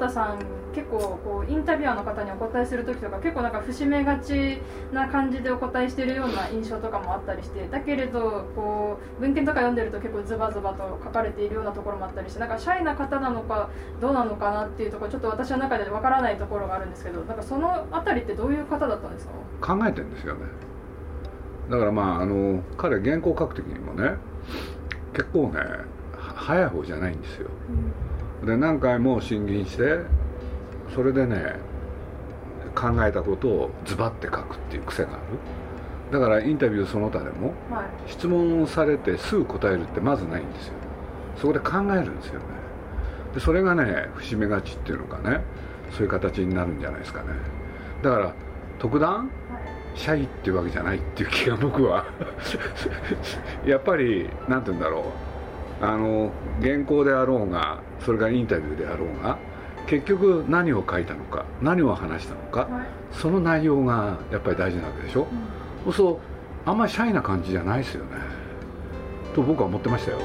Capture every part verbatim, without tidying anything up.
畑さん結構こうインタビュアーの方にお答えする時とか結構なんか節目がちな感じでお答えしているような印象とかもあったりして、だけれどこう文献とか読んでると結構ズバズバと書かれているようなところもあったりして、なんかシャイな方なのかどうなのかなっていうところちょっと私の中でわからないところがあるんですけど、なんかそのあたりってどういう方だったんですか？ 考えてるんですよね。だからまああの彼原稿書く時にもね結構ね早い方じゃないんですよ、うん、で何回も審議してそれでね考えたことをズバッて書くっていう癖がある。だからインタビューその他でも、はい、質問されてすぐ答えるってまずないんですよ。そこで考えるんですよね。でそれがね節目がちっていうのかね、そういう形になるんじゃないですかね。だから特段、はい、シャイっていうわけじゃないっていう気が僕はやっぱりなんて言うんだろう、あの原稿であろうがそれからインタビューであろうが結局何を書いたのか何を話したのか、はい、その内容がやっぱり大事なわけでしょ、うん、そうあんまりシャイな感じじゃないですよねと僕は思ってましたよ。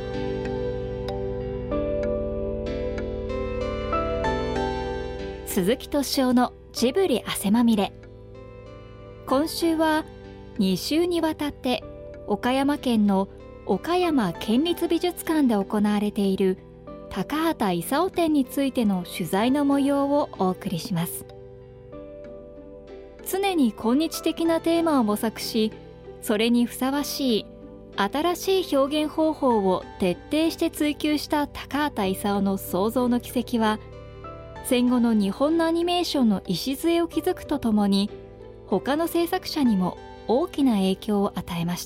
鈴木敏夫のジブリ汗まみれ。今週はに週にわたって岡山県の岡山県立美術館で行われている高畑勲展についての取材の模様をお送りします。常に今日的なテーマを模索し、それにふさわしい新しい表現方法を徹底して追求した高畑勲の創造の軌跡は、戦後の日本のアニメーションの礎を築くとともに、他の制作者にも大きな影響を与えました。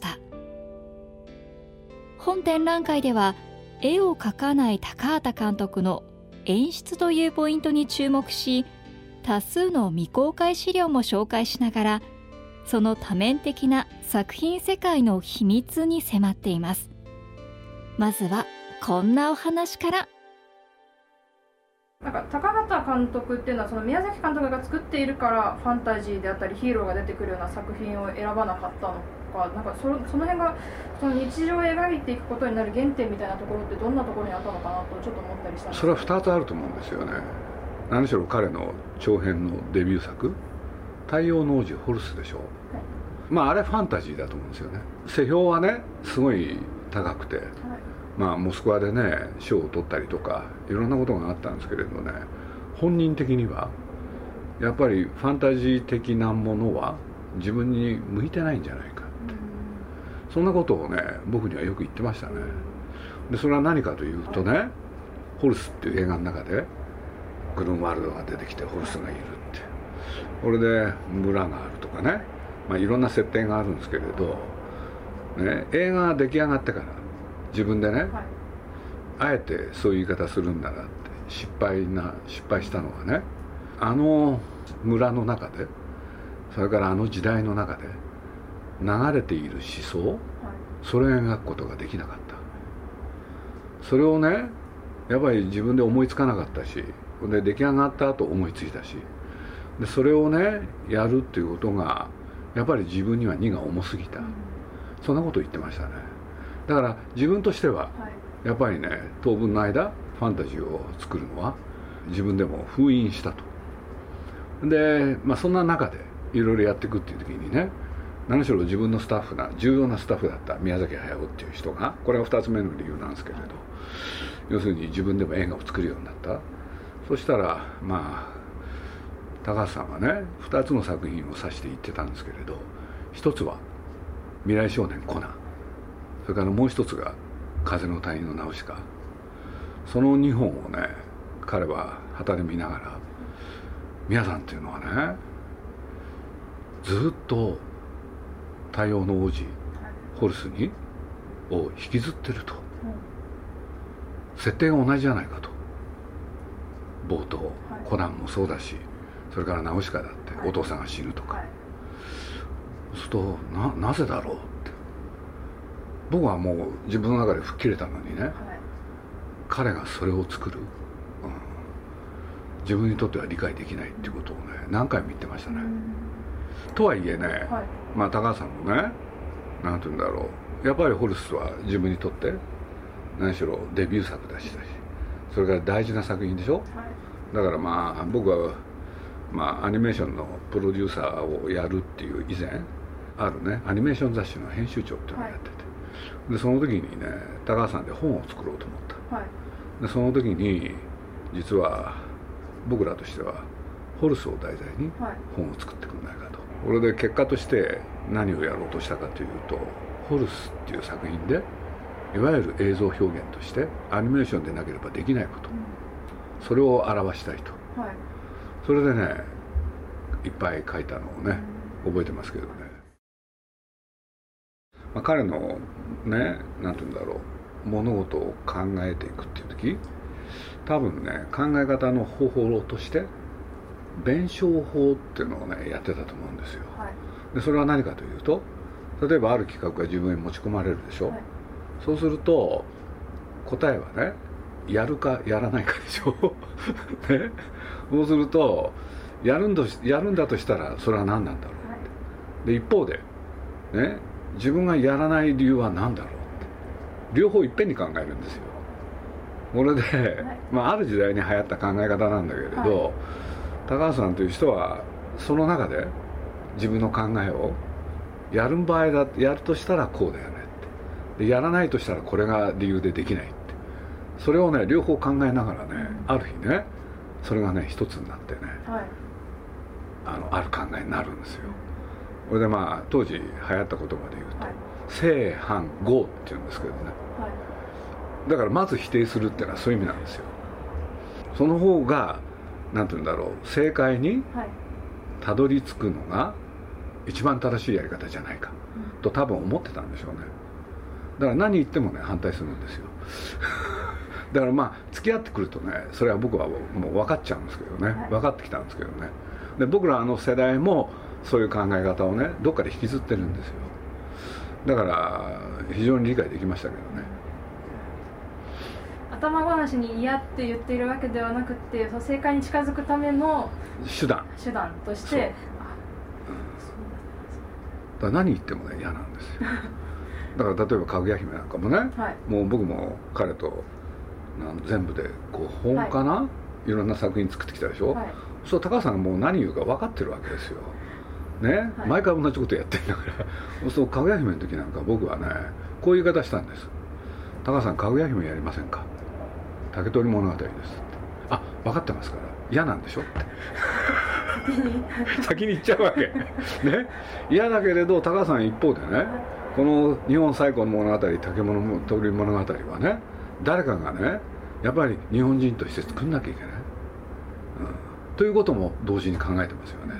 本展覧会では、絵を描かない高畑監督の演出というポイントに注目し、多数の未公開資料も紹介しながら、その多面的な作品世界の秘密に迫っています。まずはこんなお話から。 なんか高畑監督っていうのはその宮崎監督が作っているからファンタジーであったりヒーローが出てくるような作品を選ばなかったのか、なんか そ, その辺がその日常を描いていくことになる原点みたいなところってどんなところにあったのかなとちょっと思ったりしたんです。 それはふたつあると思うんですよね。何しろ彼の長編のデビュー作「太陽の王子ホルス」でしょ、はい、まああれファンタジーだと思うんですよね。世評はねすごい高くて、はい、まあモスクワでね賞を取ったりとかいろんなことがあったんですけれどね、本人的にはやっぱりファンタジー的なものは自分に向いてないんじゃないかって、うん、そんなことをね僕にはよく言ってましたね。でそれは何かというとね、はい、ホルスっていう映画の中でグルンワールドが出てきてホルスがいるって、これで村があるとかね、まあ、いろんな設定があるんですけれど、ね、映画が出来上がってから自分でね、はい、あえてそういう言い方するんだなって失敗な失敗したのはね、あの村の中でそれからあの時代の中で流れている思想、はい、それを描くことができなかった。それをねやっぱり自分で思いつかなかったし、で出来上がった後思いついたし、でそれをねやるっていうことがやっぱり自分には荷が重すぎた、うん、そんなことを言ってましたね。だから自分としては、はい、やっぱりね当分の間ファンタジーを作るのは自分でも封印したと。で、まあ、そんな中でいろいろやっていくっていう時にね、何しろ自分のスタッフな重要なスタッフだった宮崎駿っていう人が、これがふたつめの理由なんですけれど、要するに自分でも映画を作るようになった。そしたらまあ高橋さんはねふたつの作品を指して言ってたんですけれど、ひとつは未来少年コナン、それからもう一つが風の谷のナウシカ。そのにほんをね彼は旗で見ながら、皆さんっていうのはねずっと太陽の王子ホルスにを引きずってると、設定が同じじゃないかと。冒頭、はい、コナンもそうだし、それからナウシカだって、はい、お父さんが死ぬとか、はい、そうすると な, なぜだろうって、僕はもう自分の中で吹っ切れたのにね、はい、彼がそれを作る、うん、自分にとっては理解できないっていうことをね何回も言ってましたね。とはいえね、はい、まあ高橋さんもねなんて言うんだろう、やっぱりホルスは自分にとって何しろデビュー作だしだし、それから大事な作品でしょ、はい、 だからまあ僕は、まあ、アニメーションのプロデューサーをやるっていう以前あるねアニメーション雑誌の編集長っていうのをやってて、はい、でその時にね高橋さんで本を作ろうと思った、はい、でその時に実は僕らとしてはホルスを題材に本を作ってくれないかと、これで結果として何をやろうとしたかというと、ホルスっていう作品でいわゆる映像表現としてアニメーションでなければできないこと、うん、それを表したいと、はい、それでねいっぱい書いたのをね、うん、覚えてますけどね、まあ、彼のねなんていうんだろう物事を考えていくっていう時、多分ね考え方の方法として弁証法っていうのをねやってたと思うんですよ、はい、でそれは何かというと、例えばある企画が自分に持ち込まれるでしょ、はい、そうすると答えはねやるかやらないかでしょね、そうするとやるんだやるんだとしたらそれは何なんだろうって、はい、で一方でね自分がやらない理由は何だろうって両方いっぺんに考えるんですよ。これで、はい、まあ、ある時代に流行った考え方なんだけれど、はい、高橋さんという人はその中で自分の考えをやる場合だやるとしたらこうだよねって、でやらないとしたらこれが理由でできないって、それをね両方考えながらね、うん、ある日ねそれがね一つになってね、はい、あのある考えになるんですよ。これでまあ当時流行った言葉で言うと、はい、正反合っていうんですけどね、はい、だからまず否定するっていうのはそういう意味なんですよ。その方がなんていうんだろう、正解にたどり着くのが一番正しいやり方じゃないか、うん、と多分思ってたんでしょうね。だから何言ってもね反対するんですよだからまあ付き合ってくるとねそれは僕はもう分かっちゃうんですけどね、はい、分かってきたんですけどね。で僕らあの世代もそういう考え方をねどっかで引きずってるんですよ。だから非常に理解できましたけどね。 頭ごなしに嫌って言っているわけではなくて、その正解に近づくための手段手段として、うん、だから何言ってもね嫌なんですよだから例えばかぐや姫なんかもね、はい、もう僕も彼となん全部でごほんかな、はい、いろんな作品作ってきたでしょ、はい、そう高橋さんがもう何言うか分かってるわけですよね、はい、毎回同じことやってるんだからそうかぐや姫の時なんか僕はねこういう言い方したんです。高橋さんかぐや姫やりませんか、竹取物語ですって。あ、分かってますから嫌なんでしょって先に言っちゃうわけね。嫌だけれど高橋さん一方でね、この日本最古の物語竹取物語はね誰かがねやっぱり日本人として作んなきゃいけない、うん、ということも同時に考えてますよねって。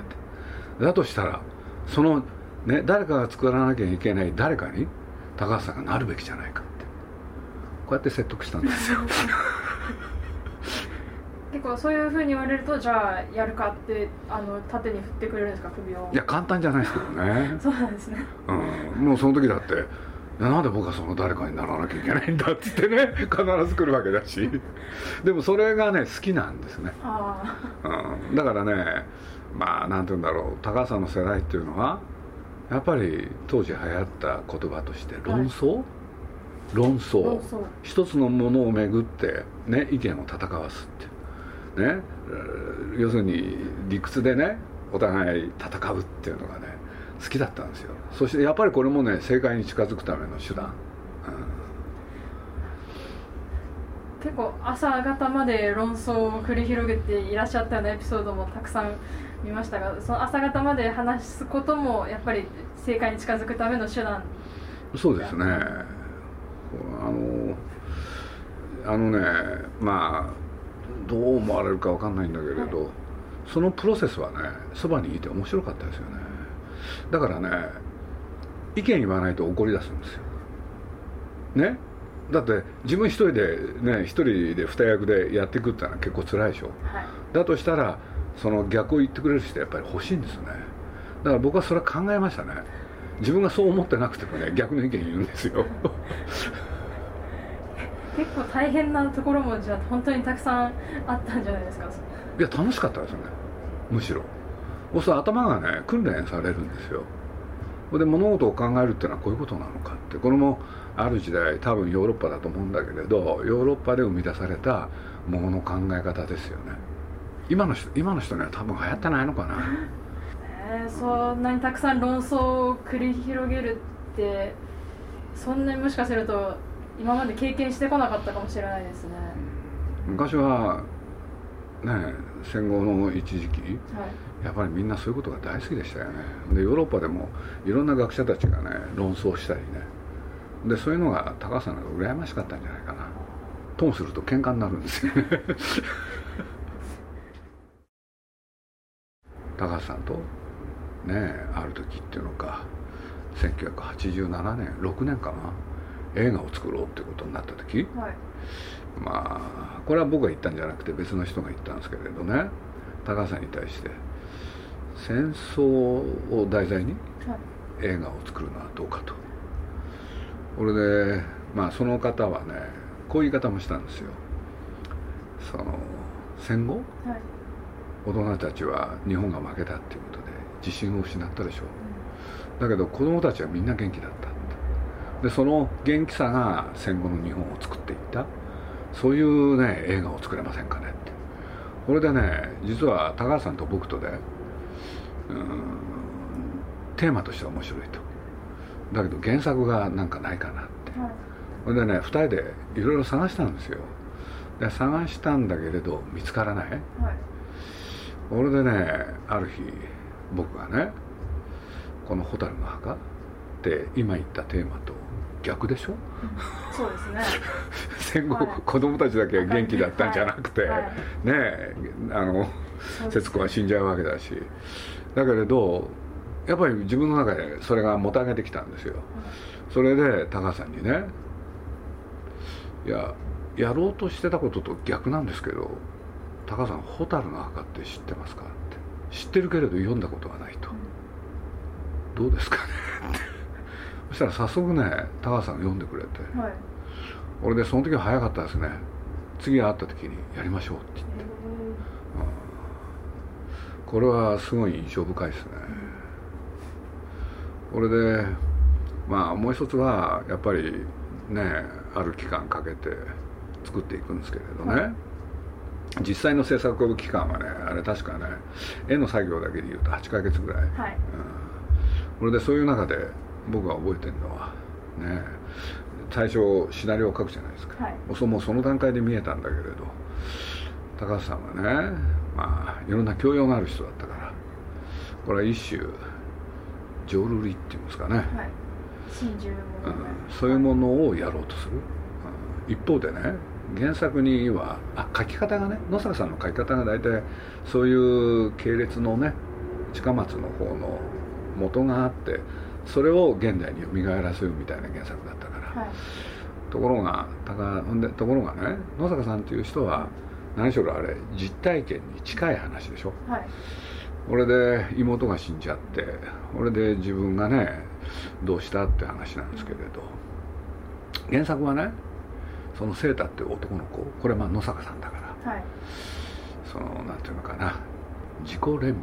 だとしたらそのね誰かが作らなきゃいけない誰かに高橋さんがなるべきじゃないかってこうやって説得したんですよ結構そういうふうに言われるとじゃあやるかってあの縦に振ってくれるんですか、首を。 いや簡単じゃないですけどねそうなんですね、 うん、もうその時だってなんで僕はその誰かにならなきゃいけないんだって言ってね必ず来るわけだしでもそれがね好きなんですね。あ、うん、だからねまあなんて言うんだろう、高橋さんの世代っていうのはやっぱり当時流行った言葉として論争、はい、論争、論争一つのものをめぐって、ね、意見を戦わすってね、要するに理屈でねお互い戦うっていうのがね好きだったんですよ。そしてやっぱりこれもね正解に近づくための手段、 うん、結構朝方まで論争を繰り広げていらっしゃったようなエピソードもたくさん見ましたが、その朝方まで話すこともやっぱり正解に近づくための手段。 そうですね、あのあのねまあどう思われるか分かんないんだけれど、はい、そのプロセスはねそばにいて面白かったですよね。だからね意見言わないと怒り出すんですよね。だって自分一人でね一人で二役でやっていくってのは結構辛いでしょ、はい、だとしたらその逆を言ってくれる人やっぱり欲しいんですよね。だから僕はそれは考えましたね。自分がそう思ってなくてもね逆の意見言うんですよ結構大変なところもじゃあ本当にたくさんあったんじゃないですか。 いや楽しかったですよね、むしろ。そうすると頭がね訓練されるんですよ。で物事を考えるっていうのはこういうことなのかって、これもある時代多分ヨーロッパだと思うんだけれどヨーロッパで生み出されたものの考え方ですよね。 今の人今の人には多分流行ってないのかな。 えー、そんなにたくさん論争を繰り広げるってそんなにもしかすると今まで経験してこなかったかもしれないですね。 昔はね戦後の一時期、はい、やっぱりみんなそういうことが大好きでしたよね。でヨーロッパでもいろんな学者たちがね論争したりね、でそういうのが高橋さんが羨ましかったんじゃないかな。ともすると喧嘩になるんですよね高橋さんとねある時っていうのかせんきゅうひゃくはちじゅうななねんろくねんかな、映画を作ろうっていうことになった時、はい、まあこれは僕が言ったんじゃなくて別の人が言ったんですけれどね、高橋さんに対して戦争を題材に映画を作るのはどうかと。これでまあその方はねこういう言い方もしたんですよ。その戦後、はい、大人たちは日本が負けたっていうことで自信を失ったでしょう、うん、だけど子供たちはみんな元気だったって。でその元気さが戦後の日本を作っていった、そういうね映画を作れませんかねって。これでね実は高橋さんと僕とで、うん、テーマとしては面白いと。だけど原作がなんかないかなって、はい、それでねふたりでいろいろ探したんですよ。で探したんだけれど見つからない、はい、それでねある日僕がねこの「蛍の墓」って今言ったテーマと逆でしょ、うん、 そうですね戦後、はい、子供たちだけが元気だったんじゃなくて、はいはい、ねえあの節子は死んじゃうわけだし、だけれどやっぱり自分の中でそれがもたげてきたんですよ、はい、それで高橋さんにねいややろうとしてたことと逆なんですけど高橋さん「蛍の墓」って知ってますかって知ってるけれど読んだことがないと、うん、どうですかねってそしたら早速ね高橋さんが読んでくれて、はい、俺でその時は早かったですね。次会った時にやりましょうって言って、うん、これはすごい印象深いですね、うん、これでまあもう一つはやっぱりねある期間かけて作っていくんですけれどね、はい、実際の制作期間はねあれ確かね絵の作業だけでいうとはちかげつぐらい、はい、うん、これでそういう中で僕が覚えてるのはね最初シナリオを書くじゃないですか、はい、もうその段階で見えたんだけれど高橋さんはねまあいろんな教養がある人だったからこれは一種浄瑠璃っていうんですかね、はい、 真珠もの、ね、 うん、そういうものをやろうとする、うん、一方でね原作にはあ書き方がね野坂さんの書き方が大体そういう系列のね近松の方の元があってそれを現代に蘇らせるみたいな原作だったから、はい、ところが高でところがね野坂さんっていう人は何しろあれ実体験に近い話でしょ、はい、これで妹が死んじゃってこれで自分がねどうしたって話なんですけれど、原作はねその晴太っていう男の子これまあ野坂さんだから、はい、そのなんていうのかな自己憐憫、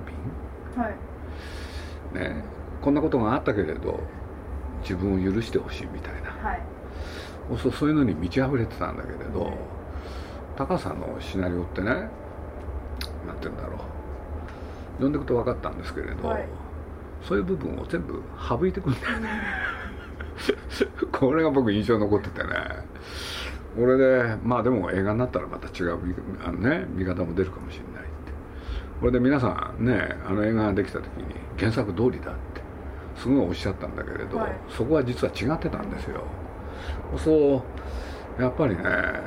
はいね、こんなことがあったけれど自分を許してほしいみたいな、はい、そう、そういうのに満ち溢れてたんだけれど、うん、高さんのシナリオってねなんていうんだろう読んでいくと分かったんですけれど、はい、そういう部分を全部省いてくんだよねこれが僕印象に残っててねこれでまあでも映画になったらまた違うあの、ね、見方も出るかもしれないってこれで皆さんねあの映画ができた時に原作通りだってすごいおっしゃったんだけれど、はい、そこは実は違ってたんですよ。そうやっぱりね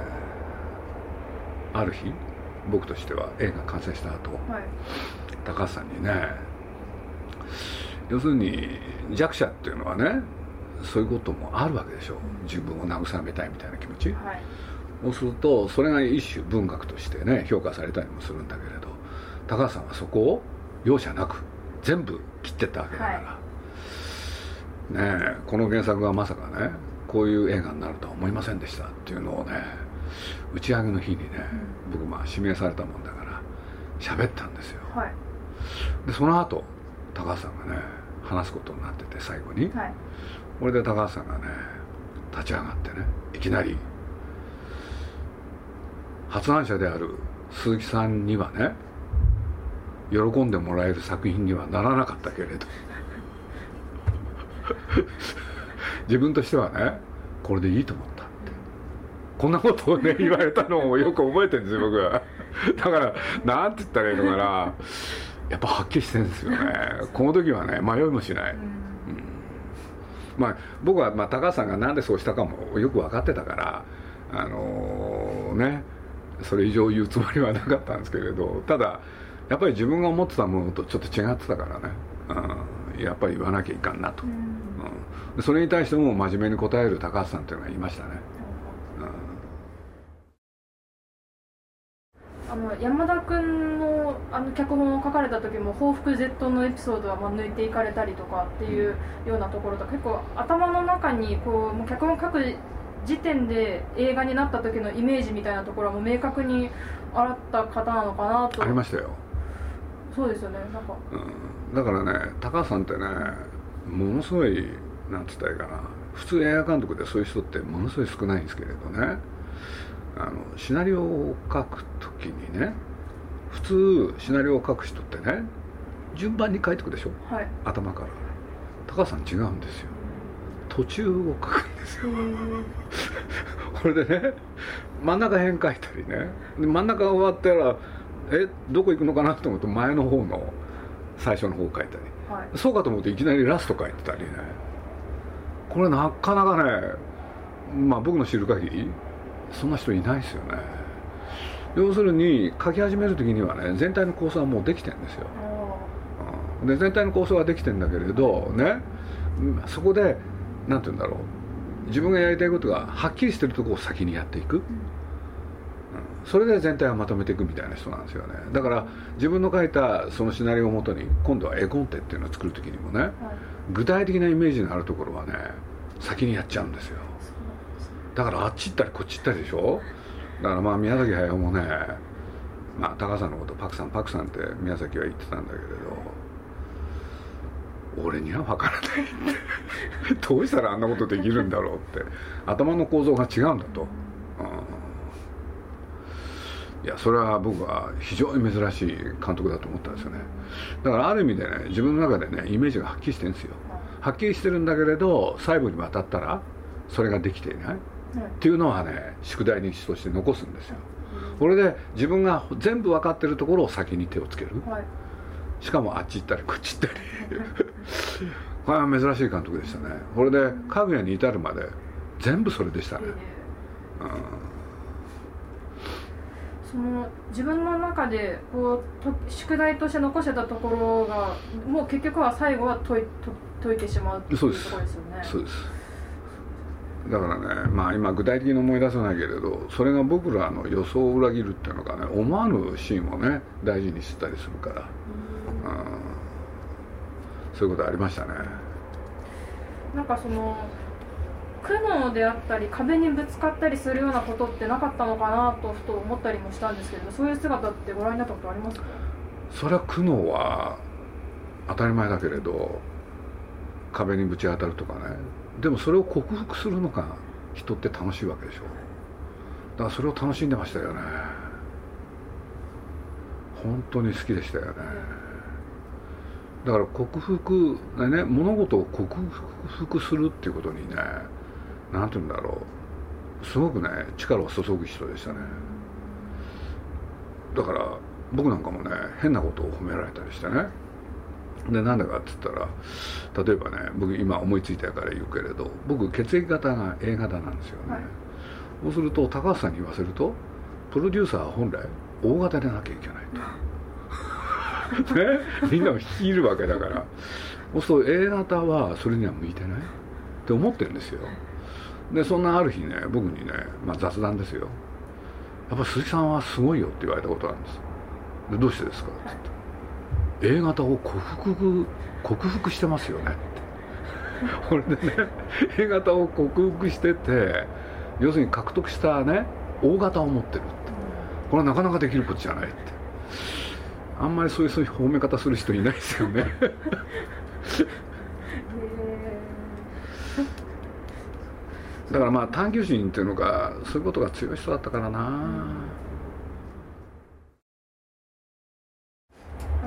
ある日僕としては映画完成した後、はい、高橋さんにね要するに弱者っていうのはねそういうこともあるわけでしょ、うん、自分を慰めたいみたいな気持ち、はい、そうするとそれが一種文学としてね評価されたりもするんだけれど高橋さんはそこを容赦なく全部切ってったわけだから、はい、ねえこの原作がまさかねこういう映画になるとは思いませんでしたっていうのをね打ち上げの日にね、うん、僕まあ指名されたもんだから喋ったんですよ、はい、でその後高橋さんがね話すことになってて最後に、はい、これで高橋さんがね立ち上がってねいきなり発案者である鈴木さんにはね喜んでもらえる作品にはならなかったけれど自分としてはねこれでいいと思ったってこんなことをね言われたのをよく覚えてるんですよ僕はだからなんて言ったらいいのかな、やっぱはっきりしてるんですよねこの時はね迷いもしない、うん、まあ僕は、まあ、高橋さんがなんでそうしたかもよく分かってたからあのー、ねそれ以上言うつもりはなかったんですけれど、ただやっぱり自分が思ってたものとちょっと違ってたからね、うん、やっぱり言わなきゃいかんなと、うんうん、それに対しても真面目に答える高橋さんっていうのがいましたね、 うん、あの山田君のあの脚本を書かれた時も報復 Z のエピソードはまあ抜いていかれたりとかっていうようなところと結構頭の中にこうもう脚本書く時点で映画になった時のイメージみたいなところはもう明確にあった方なのかなと。 ありましたよ。 そうですよね、なんか、 うん、だからね高橋さんってねものすごいなんつったらいいかな、普通映画監督でそういう人ってものすごい少ないんですけれどね、あのシナリオを書く時にね普通シナリオを書く人ってね順番に書いていくでしょ、はい、頭から。高橋さん違うんですよ、途中を書くんですよこれでね真ん中辺書いたりね、で真ん中終わったらえどこ行くのかなと思うと前の方の最初の方書いたり、はい、そうかと思うといきなりラスト書いてたりね、これなかなかね、まあ僕の知る限りそんな人いないですよね。要するに書き始める時にはね全体の構想はもうできてるんですよ、うん、で全体の構想はできてるんだけれどね、そこでなんて言うんだろう、自分がやりたいことがはっきりしてるところを先にやっていく、うん、それで全体をまとめていくみたいな人なんですよね。だから自分の書いたそのシナリオをもとに今度は絵コンテっていうのを作る時にもね、はい、具体的なイメージのあるところはね先にやっちゃうんですよ。だからあっち行ったりこっち行ったりでしょ。だからまあ宮崎駿もね、まあ高橋さんのことパクさんパクさんって宮崎は言ってたんだけれど、俺には分からないってどうしたらあんなことできるんだろうって頭の構造が違うんだと、うん、いやそれは僕は非常に珍しい監督だと思ったんですよね。だからある意味でね自分の中でねイメージがはっきりしてるんですよ。はっきりしてるんだけれど細部にわたったらそれができていない、うん、っていうのはね宿題にとして残すんですよ。これで自分が全部分かってるところを先に手をつける、はい、しかもあっち行ったりこっち行ったりこれは珍しい監督でしたね。これでかぐやに至るまで全部それでしたね、うん、 その自分の中でこうと宿題として残してたところがもう結局は最後は解い、解いてしまうっていうところですよね。 そうです。だからね、まあ今具体的に思い出せないけれどそれが僕らの予想を裏切るっていうのがね思わぬシーンをね大事にしてたりするから、うん、そういうことありましたね。 なんかその苦悩であったり壁にぶつかったりするようなことってなかったのかなとふと思ったりもしたんですけど、そういう姿ってご覧になったことありますか？ それは苦悩は当たり前だけれど壁にぶち当たるとかね、でもそれを克服するのが人って楽しいわけでしょ。だからそれを楽しんでましたよね。本当に好きでしたよね。だから克服ね、物事を克服するっていうことにね、なんていうんだろう、すごくね力を注ぐ人でしたね。だから僕なんかもね変なことを褒められたりしてね、でなんだかって言ったら例えばね僕今思いついたから言うけれど僕血液型が A 型なんですよね、はい、そうすると高橋さんに言わせるとプロデューサーは本来 O 型でなきゃいけないとね、みんなを率いるわけだからそうすると A 型はそれには向いてないって思ってるんですよ。でそんなある日ね僕にね、まあ、雑談ですよ、やっぱ鈴木さんはすごいよって言われたことなんです。でどうしてですかって言って、A 型を克服克服してますよねってこれでね A 型を克服してて要するに獲得したね O 型を持ってるって、これはなかなかできることじゃないって、あんまりそういうそういう褒め方する人いないですよねだからまあ探求心っていうのがそういうことが強い人だったからな、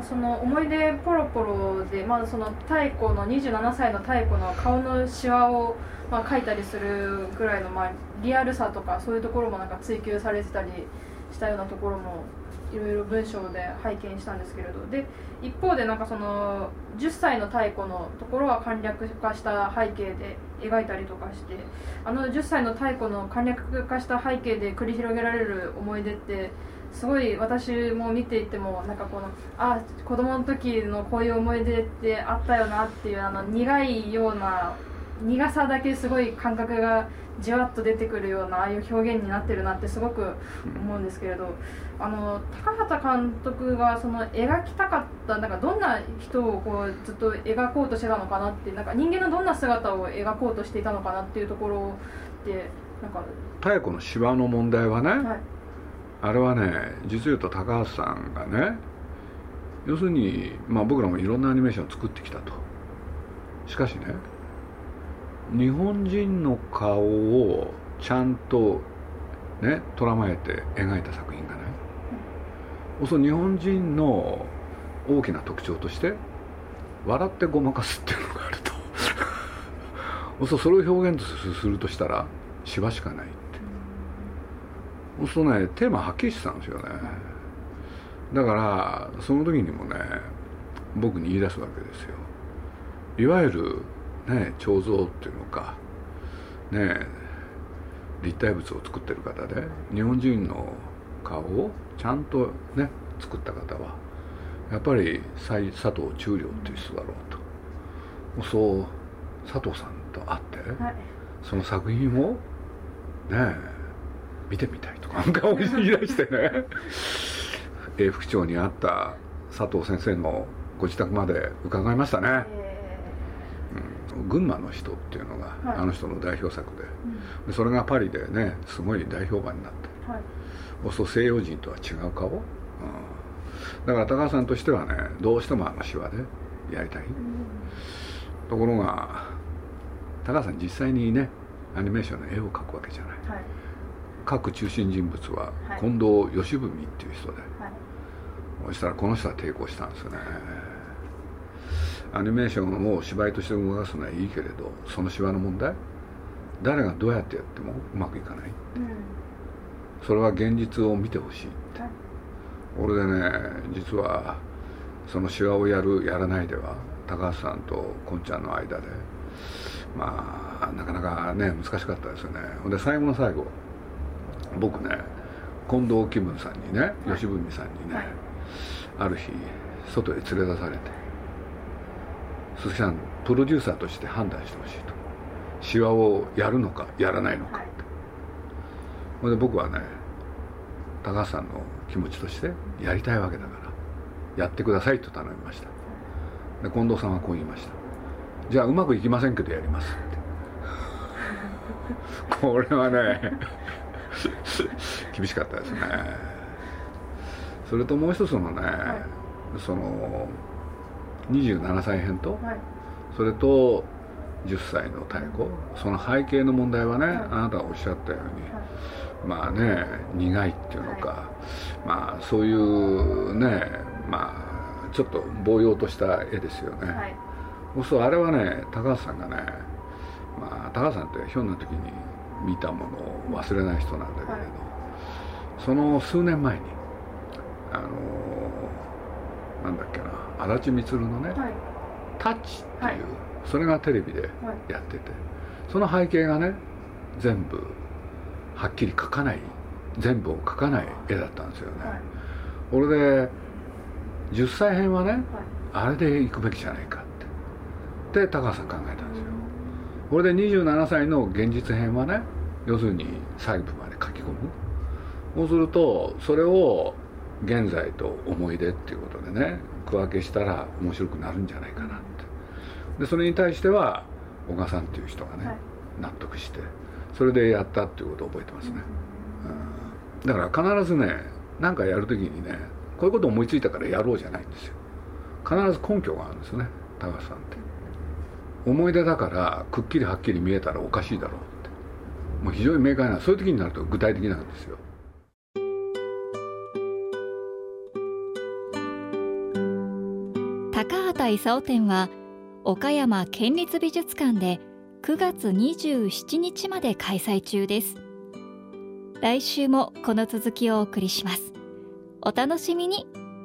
その思い出ポロポロで、まあ、その太子のにじゅうななさいの太子の顔のシワを、まあ、描いたりするぐらいの、まあ、リアルさとかそういうところもなんか追求されてたりしたようなところもいろいろ文章で拝見したんですけれど、で一方でなんかそのじゅっさいの太子のところは簡略化した背景で描いたりとかして、あのじゅっさいの太子の簡略化した背景で繰り広げられる思い出ってすごい私も見ていてもなんかこのあ子供の時のこういう思い出ってあったよなっていうあの苦いような苦さだけすごい感覚がじわっと出てくるようなああいう表現になってるなってすごく思うんですけれど、あの高畑監督がその描きたかったなんかどんな人をこうずっと描こうとしてたのかなって、なんか人間のどんな姿を描こうとしていたのかなっていうところでなんか妙子のシワの問題はね、 はい、 あれはね実を言うと高橋さんがね要するに、まあ、僕らもいろんなアニメーションを作ってきたと。しかしね日本人の顔をちゃんとね捉まえて描いた作品がない。うん、そう日本人の大きな特徴として笑ってごまかすっていうのがあるとそうそれを表現するとしたらシワしかないって。うん、そうねテーマはっきりしてたんですよね。だからその時にもね僕に言い出すわけですよ。いわゆるね、彫像っていうのか、ね、立体物を作ってる方で日本人の顔をちゃんとね作った方はやっぱり佐藤忠良っていう人だろうと。そう佐藤さんと会って、はい、その作品をね見てみたいとかなんか言い出してね永福町にあった佐藤先生のご自宅まで伺いましたね。うん、群馬の人っていうのが、はい、あの人の代表作で、うん、でそれがパリでねすごい大評判になって、はい、そう西洋人とは違う顔、うん、だから高橋さんとしてはねどうしてもあのシワでやりたい、うん、ところが高橋さん実際にねアニメーションの絵を描くわけじゃない、はい、描く中心人物は近藤義文っていう人で、はい、そしたらこの人は抵抗したんですよね。アニメーションを芝居として動かすのはいいけれどそのシワの問題誰がどうやってやってもうまくいかない、うん、それは現実を見てほしいって、はい、俺でね実はそのシワをやるやらないでは高橋さんとこんちゃんの間でまあなかなかね難しかったですよね。で最後の最後僕ね近藤紀文さんにね吉文さんにね、はい、ある日外へ連れ出されて鈴木さんプロデューサーとして判断してほしいと。シワをやるのかやらないのかって、はい、で僕はね高橋さんの気持ちとしてやりたいわけだからやってくださいと頼みました。で近藤さんはこう言いました。じゃあうまくいきませんけどやりますってこれはね厳しかったですね。それともう一つのね、はい、そのにじゅうななさい編と、はい、それとじゅっさいの太鼓、その背景の問題はね、はい、あなたがおっしゃったように、はい、まあね苦いっていうのか、はい、まあそういうねまあちょっとぼうようとした絵ですよね。はい、そうあれはね高橋さんがね、まあ、高橋さんってひょんな時に見たものを忘れない人なんだけれど、はい、その数年前にあのなんだっけな足立満のね、はい、タッチっていう、はい、それがテレビでやってて、その背景がね全部はっきり描かない全部を描かない絵だったんですよね。はい、これでじゅっさい編はね、はい、あれで行くべきじゃないかってで高橋さん考えたんですよ。これでにじゅうななさいの現実編はね要するに細部まで書き込む。そうするとそれを現在と思い出っていうことでね区分けしたら面白くなるんじゃないかなって。でそれに対しては小川さんっていう人がね、はい、納得してそれでやったっていうことを覚えてますね。うん、だから必ずね何かやるときにねこういうことを思いついたからやろうじゃないんですよ。必ず根拠があるんですよね高橋さんって。思い出だからくっきりはっきり見えたらおかしいだろうってもう非常に明快なそういう時になると具体的なんですよ。 高畑勲展は岡山県立美術館でくがつにじゅうしちにちまで開催中です。来週もこの続きをお送りします。お楽しみに。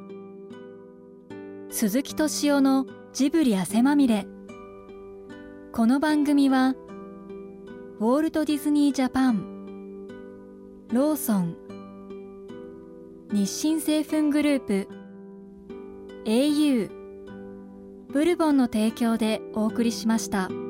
鈴木敏夫のジブリ汗まみれ。この番組はウォルト・ディズニー・ジャパン、ローソン、日清製粉グループ、エーユー、ブルボンの提供でお送りしました。